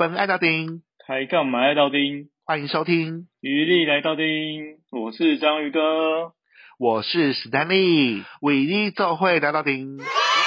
本爱到顶， 开杠买爱到丁， 欢迎收听余力来到丁，我是章鱼哥， 我是史丹利，伟力奏会来到顶。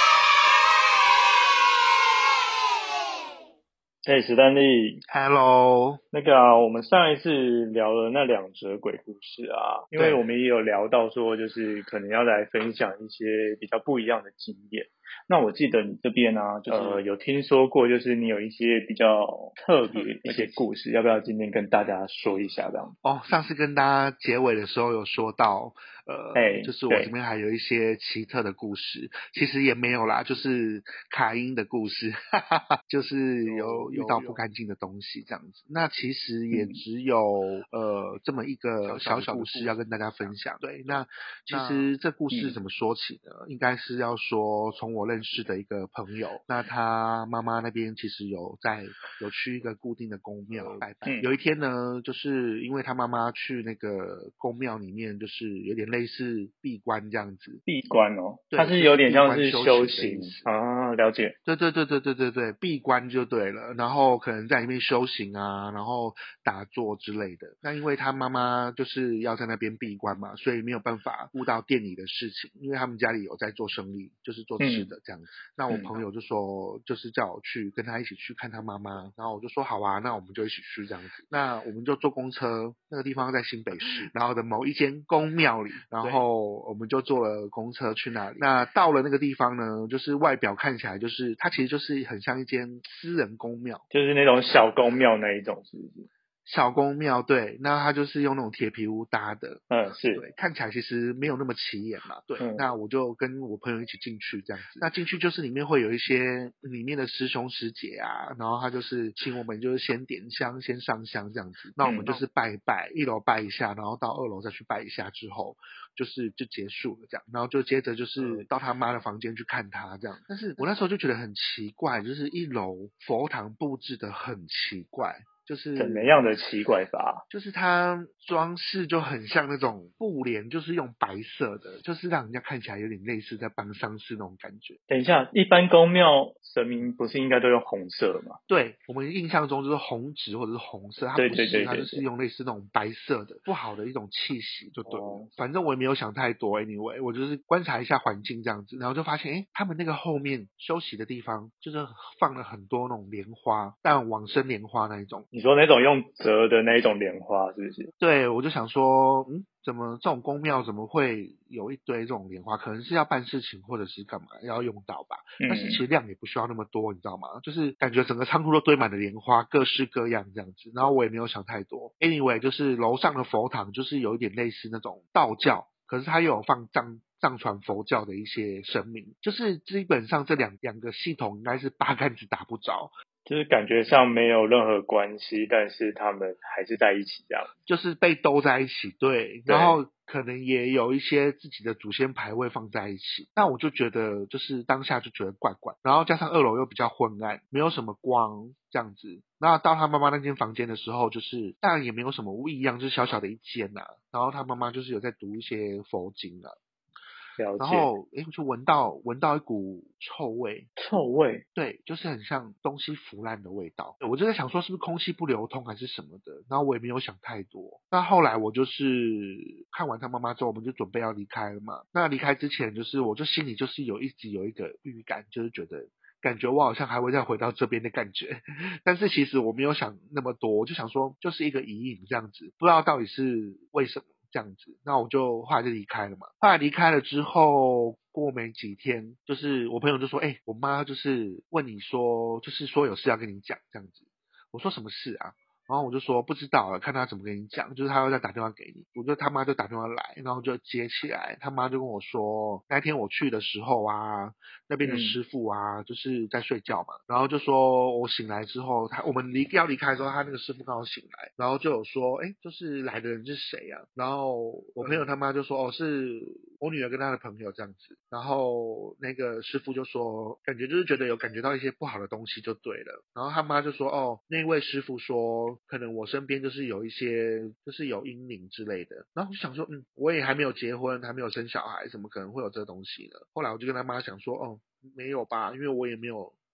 嘿，史丹利 Hello， 我们上一次聊了那2则鬼故事啊，因为我们也有聊到说，就是可能要来分享一些比较不一样的经验。那我记得你这边啊，就是有听说过，就是你有一些比较特别一些故事，要不要今天跟大家说一下这样？ 上次跟大家结尾的时候有说到，就是我这边还有一些奇特的故事，其实也没有啦，就是卡因的故事，就是有遇到不干净的东西这样子。那其实也只有这么一个小小的故事要跟大家分享。对，那其实这故事怎么说起呢？应该是要说从我认识的一个朋友，那他妈妈那边其实有去一个固定的宫庙拜拜。有一天呢，就是因为他妈妈去那个宫庙里面，就是有点类似闭关这样子。 闭关哦， 对， 它是有点像是修行啊，了解。 对，闭关就对了。然后可能在里面修行啊，然后打坐之类的。那因为他妈妈就是要在那边闭关嘛，所以没有办法顾到店里的事情，因为他们家里有在做生意，就是做吃的这样子。那我朋友就说，就是叫我去跟他一起去看他妈妈，然后我就说好啊，那我们就一起去这样子。那我们就坐公车，那个地方在新北市，然后的某一间宫庙里，然后我们就坐了公车去那里。那到了那个地方呢，就是外表看起来就是它其实就是很像一间私人宫庙， 就是那种小宫庙那一种，是不是？ 小宫庙，对，那它就是用那种铁皮屋搭的， 是， 对，看起来其实没有那么起眼嘛，对，那我就跟我朋友一起进去这样子，那进去就是里面会有一些里面的师兄师姐啊，然后他就是请我们就是先点香，先上香这样子，那我们就是拜一拜，1楼拜一下，然后到2楼再去拜一下之后，就结束了这样，然后就接着就是到他妈的房间去看他这样，但是我那时候就觉得很奇怪，就是1楼佛堂布置的很奇怪。就是怎么样的奇怪法？ 就是它装饰就很像那种布帘，就是用白色的，就是让人家看起来有点类似在办丧事那种感觉。 等一下，一般宫庙神明不是应该都用红色吗？ 对，我们印象中就是红纸或者是红色，它不是，它就是用类似那种白色的，不好的一种气息就对了。反正我也没有想太多 ，anyway， 我就是观察一下环境这样子，然后就发现，他们那个后面休息的地方就是放了很多那种莲花，但往生莲花那一种。 你说那种用折的那一种莲花是不是？ 对，我就想说，怎么这种宫庙怎么会有一堆这种莲花？可能是要办事情或者是干嘛要用到吧。但是其实量也不需要那么多，你知道吗？就是感觉整个仓库都堆满了莲花，各式各样这样子。然后我也没有想太多。Anyway，就是楼上的佛堂就是有一点类似那种道教，可是它又有放藏传佛教的一些神明，就是基本上这两个系统应该是八竿子打不着。 就是感觉上没有任何关系，但是他们还是在一起这样， 就是被兜在一起，对，然后可能也有一些自己的祖先牌位放在一起，那我就觉得就是当下就觉得怪怪，然后加上2楼又比较昏暗，没有什么光这样子，那到他妈妈那间房间的时候，就是当然也没有什么异样，就是小小的一间啊，然后他妈妈就是有在读一些佛经啊。然后我就闻到一股臭味，对，就是很像东西腐烂的味道。我就在想说是不是空气不流通还是什么的，然后我也没有想太多。那后来我就是看完他妈妈之后，我们就准备要离开了嘛。那离开之前，就是我就心里就是一直有一个预感，就是感觉我好像还会再回到这边的感觉，但是其实我没有想那么多，我就想说就是一个遗影这样子，不知道到底是为什么。这样子，那我就后来就离开了嘛。后来离开了之后，过没几天，就是我朋友就说：“我妈就是问你说，就是说有事要跟你讲这样子。”我说：“什么事啊？”然后我就说不知道了，看他怎么跟你讲，就是他要再打电话给你。我就他妈就打电话来，然后就接起来，他妈就跟我说，那天我去的时候啊，那边的师傅啊，就是在睡觉嘛，然后就说我醒来之后，我们要离开的时候，他那个师傅刚好醒来，然后就有说，就是来的人是谁啊？然后我朋友他妈就说，是我女儿跟她的朋友这样子，然后那个师傅就说，感觉就是觉得有感觉到一些不好的东西就对了，然后他妈就说，那位师傅说，可能我身边就是有一些就是有阴灵之类的，然后我就想说，我也还没有结婚，还没有生小孩，怎么可能会有这个东西呢？后来我就跟他妈讲说，没有吧，因为我也没有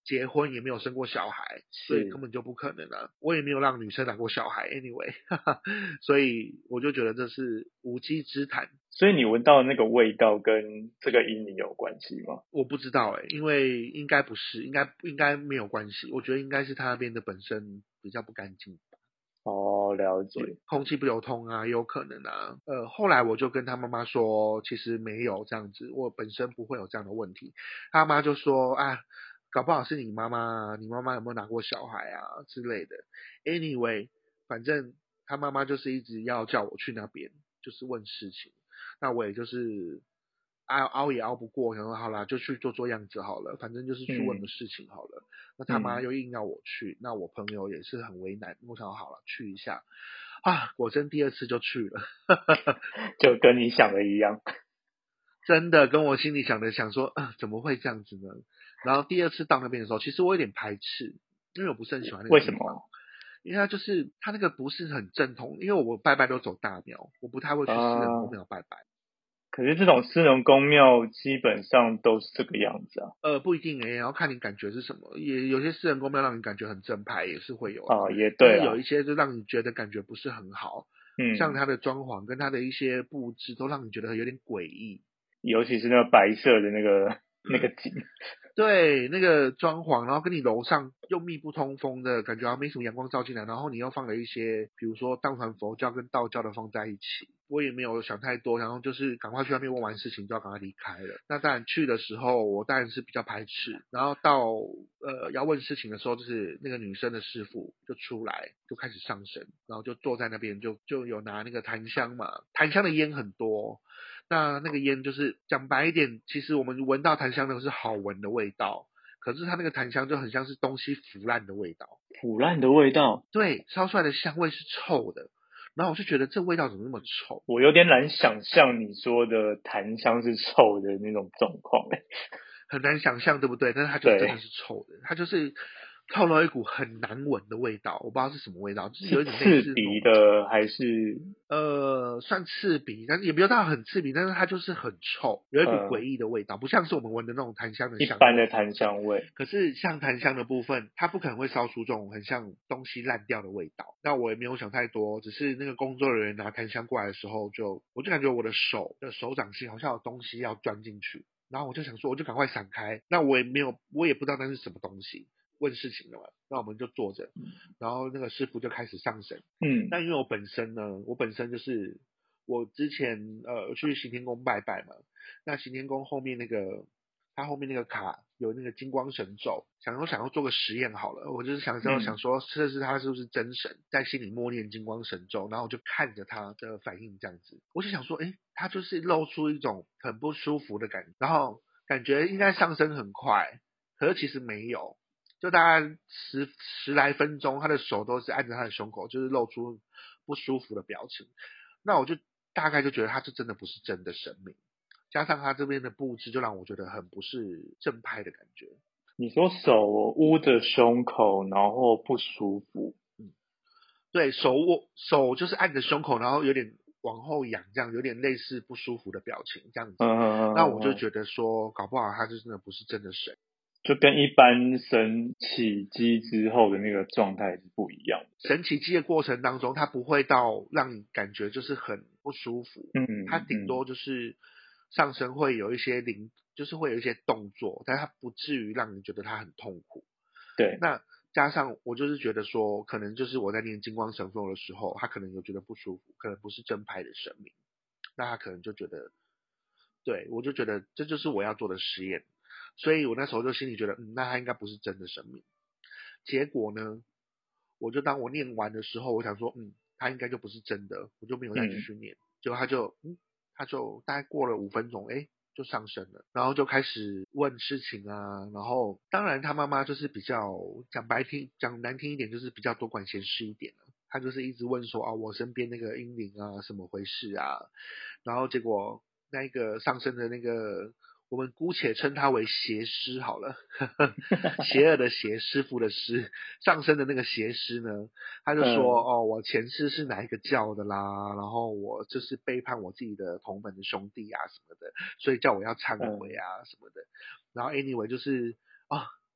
结婚，也没有生过小孩，所以根本就不可能啊。我也没有让女生拿过小孩 ，anyway， 所以我就觉得这是无稽之谈。 所以你闻到的那个味道跟这个阴灵有关系吗？ 我不知道因为应该不是，应该没有关系。我觉得应该是他那边的本身比较不干净。 哦，了解。 空气不流通啊，有可能啊。后来我就跟他妈妈说，其实没有这样子，我本身不会有这样的问题。他妈就说啊，搞不好是你妈妈，你妈妈有没有拿过小孩啊之类的。Anyway，反正他妈妈就是一直要叫我去那边，就是问事情。那我也就是熬也熬不过，然后好啦，就去做做样子好了，反正就是去问个事情好了。那他妈又硬要我去，那我朋友也是很为难，我想好了去一下啊，果真第二次就去了， 就跟你想的一样， 真的跟我心里想的想说，怎么会这样子呢？然后第二次到那边的时候，其实我有点排斥，因为我不是很喜欢那个地方。 为什么？ 因为他那个不是很正统，因为我拜拜都走大庙，我不太会去私人公庙拜拜。 可是这种私人公庙基本上都是这个样子啊。 不一定也要看你感觉是什么，也有些私人公庙让你感觉很正派，也是会有也对， 但是有一些就让你觉得感觉不是很好，像它的装潢跟它的一些布置都让你觉得有点诡异， 尤其是那个白色的那个景。 对，那个装潢，然后跟你楼上又密不通风的感觉，没什么阳光照进来，然后你又放了一些，比如说藏传佛教跟道教的放在一起，我也没有想太多，然后就是赶快去那边问完事情就要赶快离开了。那当然去的时候，我当然是比较排斥，然后到要问事情的时候，就是那个女生的师傅就出来，就开始上身，然后就坐在那边，就有拿那个檀香嘛，檀香的烟很多。那个烟就是讲白一点，其实我们闻到檀香那个是好闻的味道，可是它那个檀香就很像是东西腐烂的味道。 腐烂的味道？ 对，烧出来的香味是臭的。然后我就觉得这味道怎么那么臭？ 我有点难想象你说的檀香是臭的那种状况， 很难想象，对不对？但是它就真的是臭的，它就是透露一股很难闻的味道，我不知道是什么味道，就是有一点类似刺鼻的还是算刺鼻，但是也没有到很刺鼻，但是它就是很臭，有一股诡异的味道，不像是我们闻的那种檀香的香味， 一般的檀香味。 可是像檀香的部分，它不可能会烧出这种很像东西烂掉的味道。那我也没有想太多，只是那个工作人员拿檀香过来的时候，我就感觉我的手掌心好像有东西要钻进去。然后我就想说，我就赶快闪开。那我也不知道那是什么东西。问事情了嘛，那我们就坐着，然后那个师傅就开始上身。那因为我本身就是我之前去行天宫拜拜嘛，那行天宫后面它后面那个卡有那个金光神咒，想要做个实验好了，我就是想说测试他是不是真神，在心里默念金光神咒，然后我就看着他的反应这样子，我就想说，他就是露出一种很不舒服的感觉，然后感觉应该上升很快，可是其实没有，就大概十来分钟，他的手都是按着他的胸口，就是露出不舒服的表情，那我就大概就觉得他是真的不是真的神明。加上他这边的布置，就让我觉得很不是正派的感觉。 你说手捂着胸口，然后不舒服， 对手就是按着胸口，然后有点往后仰，这样有点类似不舒服的表情，这样子。那我就觉得说，搞不好他就真的不是真的神， 就跟一般神起机之后的那个状态是不一样的。 神起机的过程当中，他不会到让你感觉就是很不舒服，他顶多就是上身会有一些就是会有一些动作，但他不至于让你觉得他很痛苦。 对， 那加上我就是觉得说，可能就是我在念金光神咒的时候，他可能有觉得不舒服，可能不是正派的神明，那他可能就觉得，对，我就觉得这就是我要做的实验，所以我那时候就心里觉得，那他应该不是真的神明。结果呢，我就当我念完的时候，我想说，他应该就不是真的，我就没有再继续念。结果他就大概过了5分钟，就上身了，然后就开始问事情啊，然后当然他妈妈就是比较讲难听一点，就是比较多管闲事一点了。他就是一直问说我身边那个阴灵啊，什么回事啊？然后结果那个上身的那个，我们姑且称他为邪师好了，邪恶的邪，师傅的师，上身的那个邪师呢，他就说我前世是哪一个教的啦，然后我就是背叛我自己的同门的兄弟啊什么的，所以叫我要忏悔啊什么的。然后 anyway 就是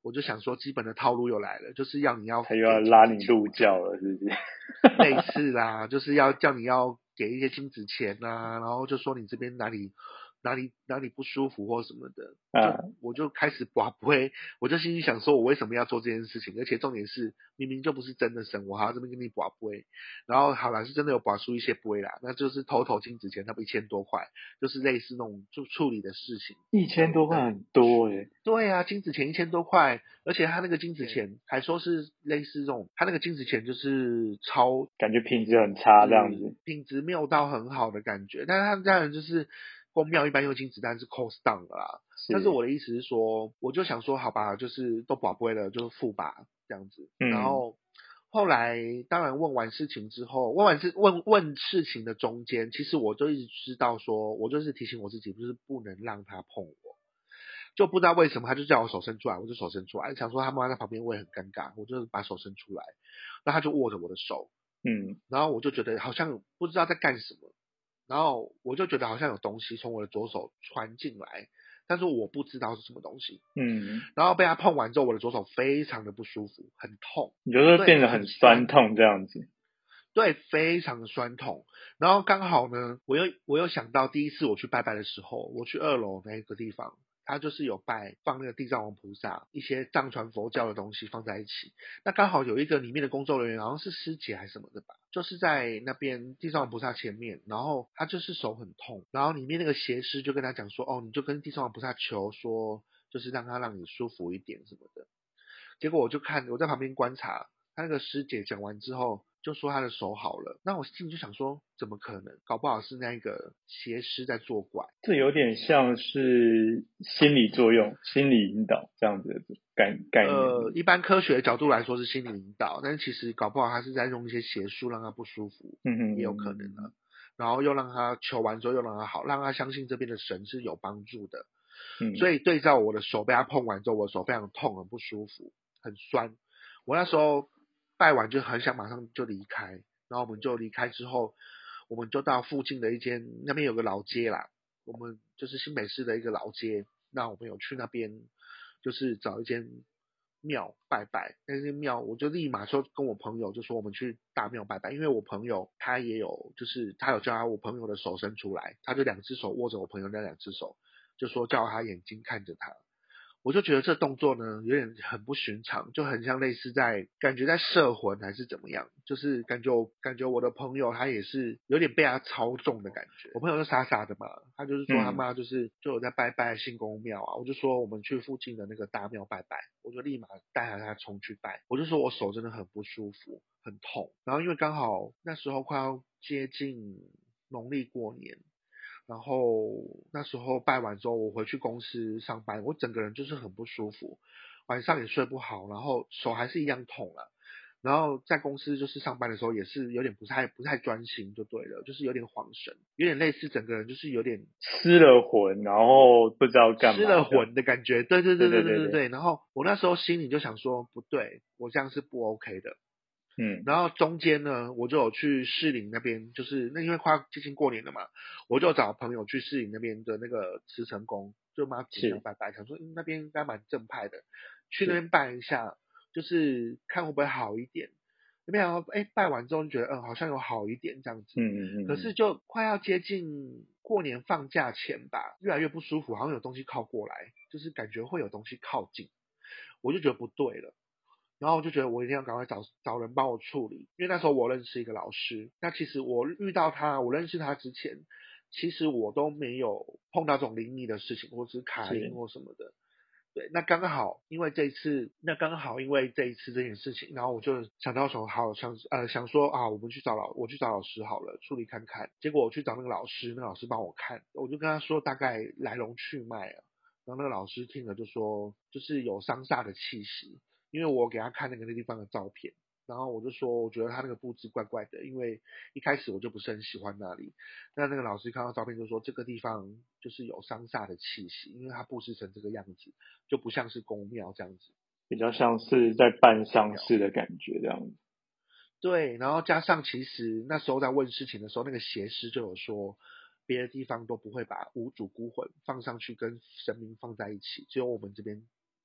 我就想说基本的套路又来了，就是要你要他又要拉你入教了，是不是？ 类似啦，就是要叫你要给一些金子钱啊，然后就说你这边哪里不舒服或什么的，我就开始拔杯，我就心里想说，我为什么要做这件事情？而且重点是，明明就不是真的生，我还要这边跟你拔杯，然后好啦，是真的有拔出一些杯啦，那就是偷金子钱，差不多1000多块，就是类似那种就处理的事情。 1000多块很多耶。 对啊，金子钱1000多块，而且他那个金子钱还说是类似这种，他那个金子钱就是感觉品质很差这样子， 品质没有到很好的感觉，但是他们家人就是公庙一般用金子弹是 cost down 的啦。但是我的意思是说，我就想说，好吧，就是都保不了，就是付吧这样子。然后后来当然问完事情之后，问事情的中间，其实我就一直知道说，我就是提醒我自己，就是不能让他碰我。就不知道为什么他就叫我手伸出来，我就手伸出来，想说他妈妈在旁边我也很尴尬，我就把手伸出来，然后他就握着我的手，然后我就觉得好像不知道在干什么，然后我就觉得好像有东西从我的左手传进来，但是我不知道是什么东西，然后被他碰完之后，我的左手非常的不舒服，很痛， 你就说变得很酸痛这样子， 对，非常的酸痛。然后刚好呢，我又想到第一次我去拜拜的时候，我去2楼那个地方。他就是有放那个地藏王菩萨一些藏传佛教的东西放在一起，那刚好有一个里面的工作人员好像是师姐还是什么的吧，就是在那边地藏王菩萨前面，然后他就是手很痛，然后里面那个邪师就跟他讲说，哦，你就跟地藏王菩萨求说，就是让你舒服一点什么的。结果我在旁边观察，他那个师姐讲完之后就说他的手好了，那我心里就想说怎么可能，搞不好是那个邪师在作怪。 这有点像是心理作用、心理引导这样子的概念。 一般科学的角度来说是心理引导，但是其实搞不好他是在用一些邪术让他不舒服，也有可能的。然后又让他求完之后又让他好，让他相信这边的神是有帮助的。所以对照我的手被他碰完之后，我的手非常痛，很不舒服，很酸。我那时候拜完就很想马上就离开，然后我们就离开之后，我们就到附近的一间，那边有个老街啦，我们就是新北市的一个老街，那我们有去那边就是找一间庙拜拜，那间庙我就立马说跟我朋友就说我们去大庙拜拜，因为我朋友他也有就是他有叫我朋友的手伸出来，他就2只手握着我朋友那2只手，就说叫他眼睛看着他。我就觉得这动作呢有点很不寻常，就很像类似感觉在摄魂还是怎么样，就是感觉我的朋友他也是有点被他操纵的感觉。我朋友就傻傻的嘛，他就是说他妈就有在拜拜信公庙啊，我就说我们去附近的那个大庙拜拜，我就立马带着他冲去拜，我就说我手真的很不舒服，很痛，然后因为刚好那时候快要接近农历过年。然后那时候拜完之后，我回去公司上班，我整个人就是很不舒服，晚上也睡不好，然后手还是一样痛了。然后在公司就是上班的时候也是有点不太专心就对了，就是有点恍神，有点类似整个人就是有点失了魂，然后不知道干嘛， 失了魂的感觉。对。然后我那时候心里就想说，不对，我这样是不 OK 的。然后中间呢，我就有去士林那边，就是因为快要接近过年了嘛，我就找朋友去士林那边的那个慈诚宫，就妈祖庙拜拜，想说那边应该蛮正派的，去那边拜一下，就是看会不会好一点。没想到拜完之后就觉得好像有好一点这样子，可是就快要接近过年放假前吧，越来越不舒服，好像有东西靠过来，就是感觉会有东西靠近，我就觉得不对了。然后我就觉得我一定要赶快找人帮我处理，因为那时候我认识一个老师，那其实我遇到他，我认识他之前，其实我都没有碰到这种灵异的事情，或者是卡音或什么的。对，那刚好因为这一次这件事情，然后我就想到说，想说啊，我去找老师好了，处理看看。结果我去找那个老师，那个老师帮我看，我就跟他说大概来龙去脉啊，然后那个老师听了就说，就是有丧煞的气息。因为我给他看那个地方的照片，然后我就说我觉得他那个布置怪怪的，因为一开始我就不是很喜欢那里。那个老师看到照片就说这个地方就是有丧煞的气息，因为它布置成这个样子，就不像是宫庙这样子， 比较像是在办丧事的感觉这样子。 对，然后加上其实那时候在问事情的时候，那个邪师就有说，别的地方都不会把无主孤魂放上去跟神明放在一起，只有我们这边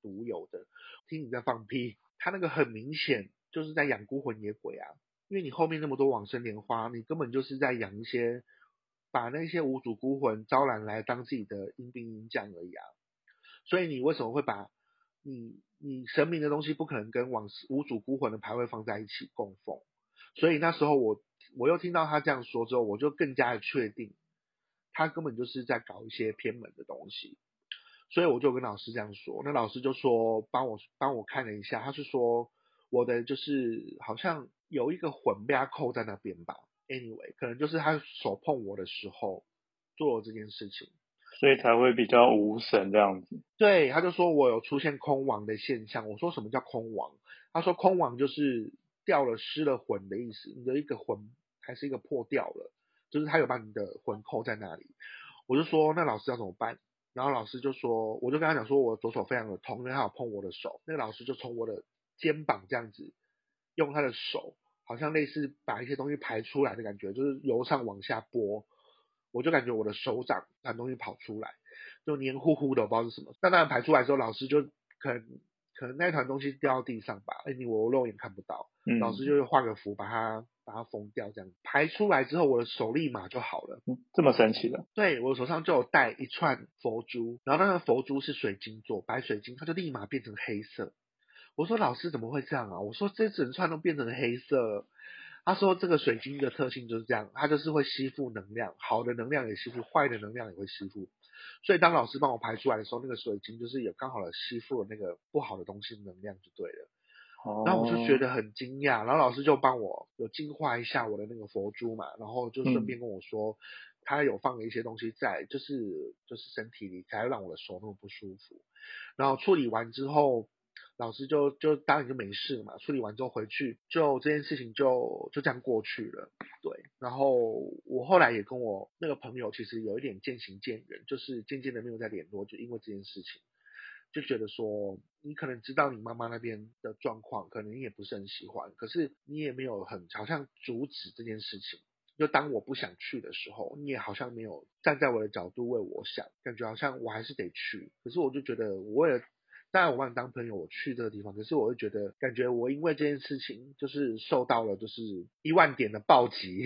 独有的。听你在放屁，他那个很明显就是在养孤魂野鬼啊，因为你后面那么多往生莲花，你根本就是在养一些，把那些无主孤魂招揽来当自己的阴兵阴将而已啊。所以你为什么会把你神明的东西不可能跟无主孤魂的牌位放在一起供奉？所以那时候我又听到他这样说之后，我就更加的确定他根本就是在搞一些偏门的东西。所以我就跟老师这样说，那老师就说帮我看了一下，他是说我的就是好像有一个魂被他扣在那边吧 ，anyway 可能就是他手碰我的时候做了这件事情， 所以才会比较无神这样子。 对，他就说我有出现空亡的现象。我说什么叫空亡？他说空亡就是掉了失了魂的意思，你的一个魂还是一个破掉了，就是他有把你的魂扣在那里。我就说那老师要怎么办？然后老师就说，我就跟他讲说我左手非常的痛，因为他有碰我的手。那个老师就从我的肩膀这样子用他的手，好像类似把一些东西排出来的感觉，就是由上往下拨。我就感觉我的手掌很东西跑出来，就黏糊糊的，我不知道是什么。那当然排出来之后，老师就可能那团东西掉到地上吧，我肉眼看不到，老师就画个符把它封掉，这样排出来之后，我的手立马就好了。 这么神奇的？ 对，我手上就有带一串佛珠，然后那个佛珠是水晶做，白水晶，它就立马变成黑色。我说老师怎么会这样啊？我说这整串都变成黑色了。他说这个水晶的特性就是这样，它就是会吸附能量，好的能量也吸附，坏的能量也会吸附。所以当老师帮我排出来的时候，那个水晶就是也刚好的吸附了那个不好的东西能量就对了。然后我就觉得很惊讶，然后老师就帮我有净化一下我的那个佛珠嘛，然后就顺便跟我说，他有放了一些东西在，就是身体里才会让我的手那么不舒服。然后处理完之后，老师就当然就没事了嘛。处理完之后回去，就这件事情就这样过去了。对，然后我后来也跟我那个朋友其实有一点渐行渐远，就是渐渐的没有再联络，就因为这件事情。就觉得说，你可能知道你妈妈那边的状况，可能你也不是很喜欢，可是你也没有好像阻止这件事情。就当我不想去的时候，你也好像没有站在我的角度为我想，感觉好像我还是得去。可是我就觉得，我也当然我把你当朋友，我去这个地方，可是我会觉得，感觉我因为这件事情，就是受到了就是10000点的暴击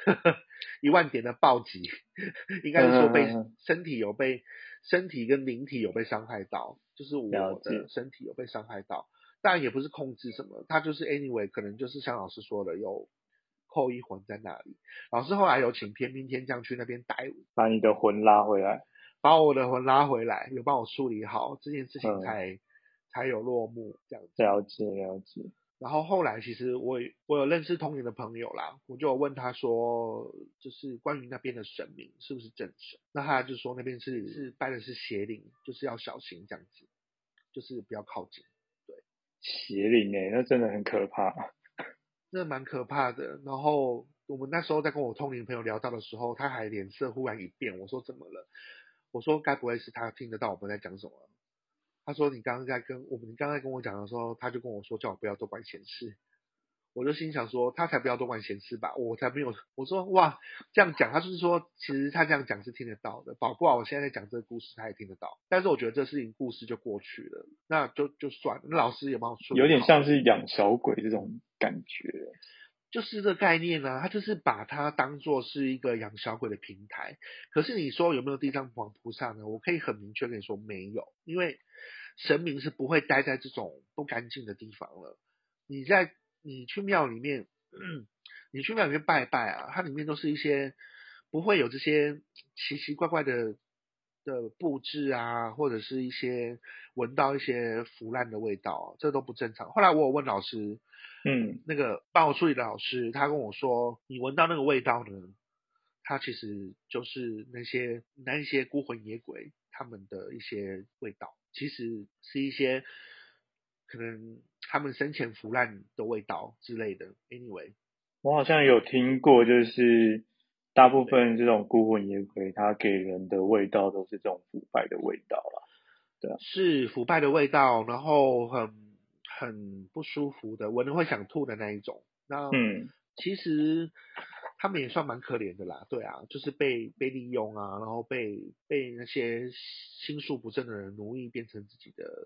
，10000点的暴击，应该是说身体跟灵体有被伤害到，就是我的身体有被伤害到，当然也不是控制什么，他就是 anyway 可能就是像老师说的有扣一魂在那里。老师后来有请天兵天将去那边逮， 把你的魂拉回来， 把我的魂拉回来，有帮我处理好这件事情才有落幕这样子。 了解。 然后后来其实我有认识通灵的朋友啦，我就有问他说，就是关于那边的神明是不是正神？那他就说那边是拜的是邪灵，就是要小心这样子，就是不要靠近。对， 邪灵那真的很可怕， 真的蛮可怕的。然后我们那时候在跟我通灵朋友聊到的时候，他还脸色忽然一变，我说怎么了？我说该不会是他听得到我们在讲什么？他说你刚刚在跟我讲的时候，他就跟我说叫我不要多管闲事。我就心想说他才不要多管闲事吧，我才没有。我说哇这样讲，他就是说其实他这样讲是听得到的，保不好我现在在讲这个故事他也听得到，但是我觉得这事情故事就过去了，那就算了。那老师也帮我处理好， 有点像是养小鬼这种感觉， 就是这个概念呢，他就是把它当作是一个养小鬼的平台。可是你说有没有地藏王菩萨呢？我可以很明确跟你说没有，因为神明是不会待在这种不干净的地方了。你去庙里面，你去庙里面拜一拜啊，它里面都是一些不会有这些奇奇怪怪的布置啊，或者是一些闻到一些腐烂的味道，这都不正常。后来我有问老师，那个帮我处理的老师，他跟我说，你闻到那个味道呢，它其实就是那些孤魂野鬼他们的一些味道，其实是一些可能他们生前腐烂的味道之类的。Anyway， 我好像有听过，就是大部分这种孤魂野鬼，它给人的味道都是这种腐败的味道啦。对啊， 是腐败的味道，然后很不舒服的，闻了会想吐的那一种。那其实他们也算蛮可怜的啦，对啊，就是被利用啊，然后被那些心术不正的人奴役，变成自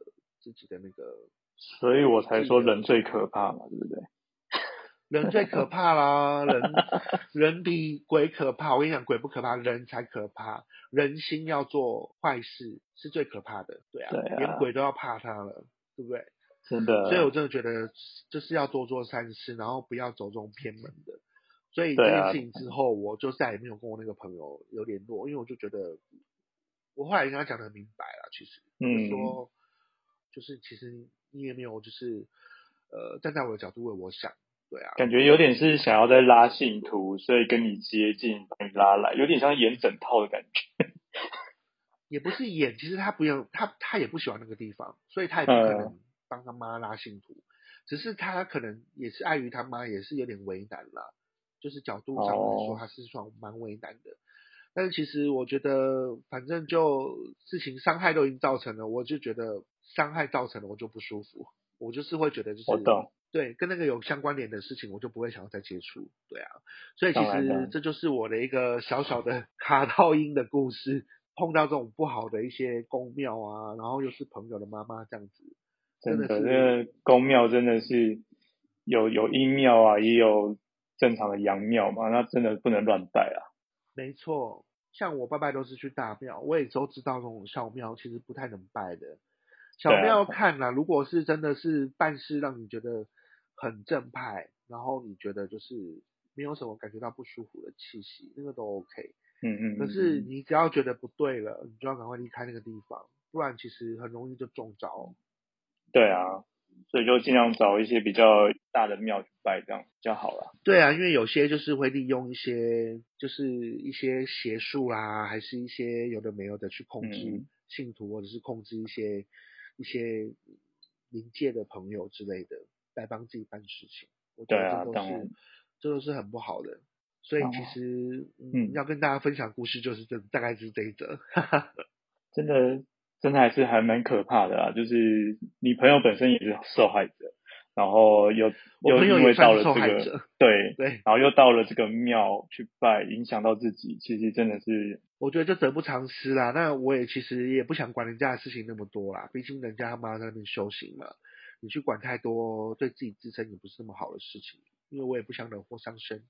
自己的那个， 所以我才说人最可怕嘛，对不对？ 人最可怕啦，人比鬼可怕。我跟你讲，鬼不可怕，人才可怕。人心要做坏事是最可怕的，对啊，连鬼都要怕他了，对不对？ 真的。 所以我真的觉得就是要多做善事，然后不要走这种偏门的。所以这件事情之后，我就再也没有跟我那个朋友有联络，因为我就觉得，我后来跟他讲得很明白了，其实，就说，就是其实你也没有就是站在我的角度为我想。对啊， 感觉有点是想要在拉信徒，所以跟你接近，把你拉来，有点像演整套的感觉。 也不是演，其实他不用，他也不喜欢那个地方，所以他也不可能帮他妈拉信徒，只是他可能也是碍于他妈，也是有点为难啦，就是角度上来说，他是算蛮为难的。但是其实我觉得，反正就事情伤害都已经造成了，我就觉得伤害造成了，我就不舒服，我就是会觉得就是。 我懂。 对，跟那个有相关联的事情，我就不会想要再接触。对啊，所以其实这就是我的一个小小的卡到阴的故事。碰到这种不好的一些宫庙啊，然后又是朋友的妈妈这样子，真的是， 这个宫庙真的是有阴庙啊，也有正常的阳庙嘛，那真的不能乱拜啊。 没错，像我拜拜都是去大庙，我也都知道那种小庙其实不太能拜的。小庙要看啦，如果是真的是办事让你觉得很正派，然后你觉得就是没有什么感觉到不舒服的气息，那个都 OK。可是你只要觉得不对了，你就要赶快离开那个地方，不然其实很容易就中招。 对啊，所以就尽量找一些比较大的庙去拜，这样比较好啦。 对啊，因为有些就是会利用一些就是一些邪术啦，还是一些有的没有的去控制信徒，或者是控制一些灵界的朋友之类的，来帮自己办事情。我觉得这都是很不好的。所以其实要跟大家分享故事就是大概是这一则。 真的还蛮可怕的啦，就是你朋友本身也是受害者，然后又因为到了这个对，然后又到了这个庙去拜，影响到自己，其实真的是我觉得这得不偿失啦。那我也其实也不想管人家的事情那么多啦，毕竟人家他妈在那边修行嘛，你去管太多对自己自身也不是那么好的事情，因为我也不想惹祸上身。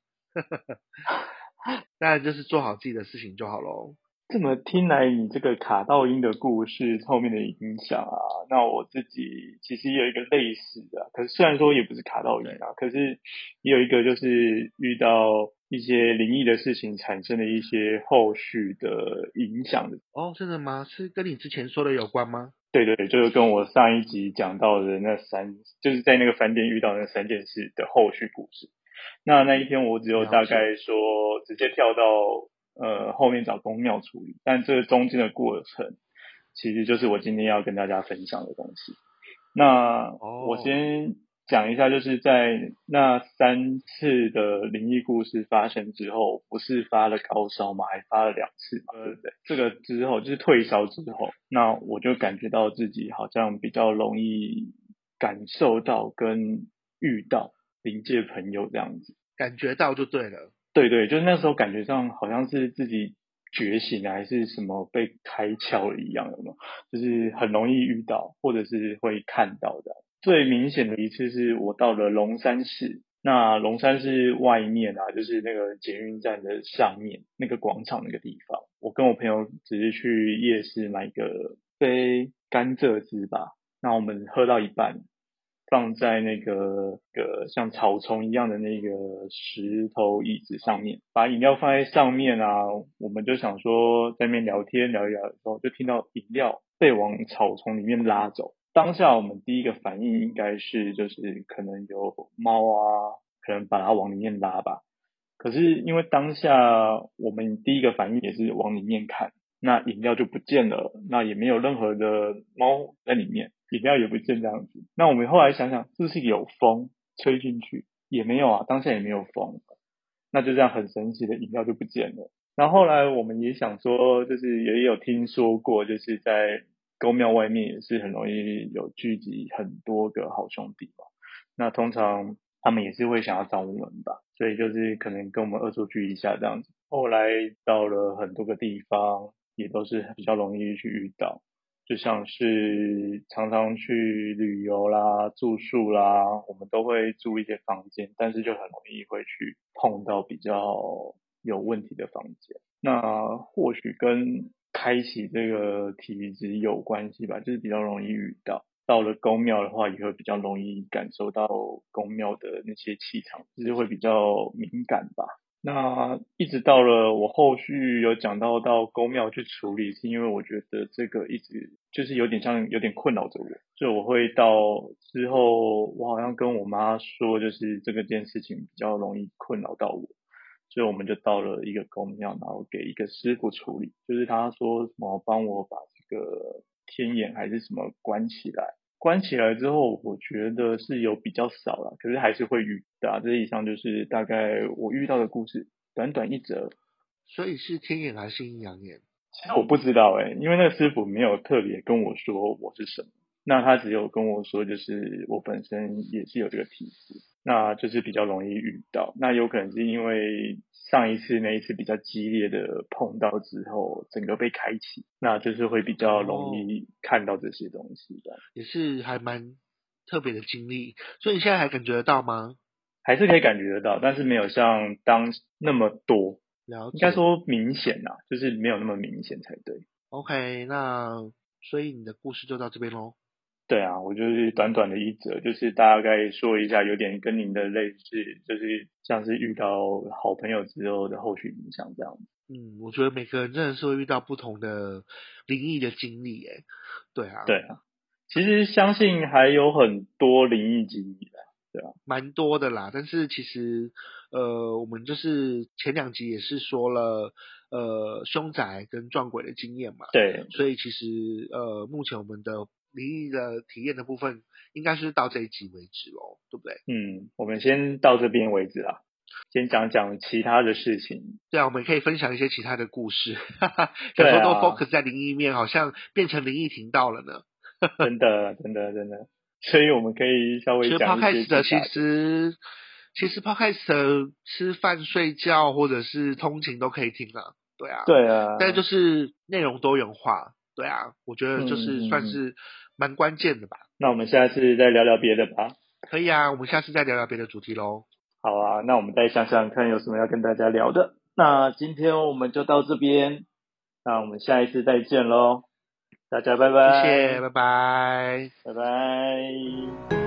当然就是做好自己的事情就好咯。 这么听来，你这个卡到阴的故事后面的影响啊，那我自己其实也有一个类似的，可是虽然说也不是卡到阴啊，可是也有一个就是遇到一些灵异的事情产生的一些后续的影响的。 哦，真的吗？是跟你之前说的有关吗？ 对，就是跟我上一集讲到的就是在那个饭店遇到那3件事的后续故事。那一天我只有大概说直接跳到后面找公庙处理，但这中间的过程其实就是我今天要跟大家分享的东西。那我先讲一下，就是在那3次的灵异故事发生之后，不是发了高烧嘛，还发了2次嘛，对不对？这个之后就是退烧之后，那我就感觉到自己好像比较容易感受到跟遇到灵界朋友这样子， 感觉到就对了。 对，就是那时候感觉上好像是自己觉醒还是什么被开窍了一样，有没有？就是很容易遇到，或者是会看到的。最明显的一次是我到了龙山寺，那龙山寺外面啊，就是那个捷运站的上面那个广场那个地方，我跟我朋友只是去夜市买个杯甘蔗汁吧，那我们喝到一半，放在那个像草丛一样的那个石头椅子上面，把饮料放在上面啊，我们就想说在那边聊天聊一聊的时候，就听到饮料被往草丛里面拉走。当下我们第一个反应应该是就是可能有猫啊，可能把它往里面拉吧。可是因为当下我们第一个反应也是往里面看，那饮料就不见了，那也没有任何的猫在里面，饮料也不见这样子。那我们后来想想，是不是有风吹进去？也没有啊，当下也没有风，那就这样很神奇的饮料就不见了。然后后来我们也想说，就是也有听说过，就是在宫庙外面也是很容易有聚集很多个好兄弟嘛。那通常他们也是会想要找我们吧，所以就是可能跟我们恶作剧一下这样子。后来到了很多个地方，也都是比较容易去遇到， 就像是常常去旅游啦、住宿啦，我们都会住一些房间，但是就很容易会去碰到比较有问题的房间。那或许跟开启这个体质有关系吧，就是比较容易遇到。到了宫庙的话，也会比较容易感受到宫庙的那些气场，就是会比较敏感吧。那一直到了我后续有讲到宫庙去处理，是因为我觉得这个一直就是有点困扰着我，所以我会到之后，我好像跟我妈说，就是这件事情比较容易困扰到我，所以我们就到了一个宫庙，然后给一个师傅处理，就是他说什么帮我把这个天眼还是什么关起来。关起来之后，我觉得是有比较少啦，可是还是会遇到。这以上就是大概我遇到的故事，短短一则。 所以是天眼还是阴阳眼？ 其实我不知道因为那个师傅没有特别跟我说我是什么，那他只有跟我说就是我本身也是有这个体质，那就是比较容易遇到。那有可能是因为上一次那一次比较激烈的碰到之后，整个被开启，那就是会比较容易看到这些东西的。 也是还蛮特别的经历，所以你现在还感觉得到吗？ 还是可以感觉得到，但是没有像那么多， 了解， 应该说明显啦，就是没有那么明显才对。 OK，那所以你的故事就到这边咯。 对啊，我就是短短的一则，就是大概说一下，有点跟您的类似，就是像是遇到好朋友之后的后续影响这样子。 我觉得每个人真的是会遇到不同的灵异的经历耶。对啊， 对啊，其实相信还有很多灵异经历的，对啊， 蛮多的啦。但是其实我们就是前2集也是说了凶宅跟撞鬼的经验嘛。 对， 所以其实目前我们的灵异的体验的部分应该是到这一集为止咯，对不对？ 我们先到这边为止啦，先讲讲其他的事情。 对啊，我们可以分享一些其他的故事， 对啊， 想说都 focus 在灵异面，好像变成灵异频道了呢。 真的，所以我们可以稍微讲一些其他的。 其实 podcast 吃饭、睡觉或者是通勤都可以听啊，对啊， 对啊， 但就是内容多元化，对啊，我觉得就是算是蛮关键的吧。 那我们下次再聊聊别的吧。 可以啊，我们下次再聊聊别的主题咯。 好啊，那我们再想想看有什么要跟大家聊的。那今天我们就到这边，那我们下一次再见咯，大家拜拜。 谢谢，拜拜。 拜拜。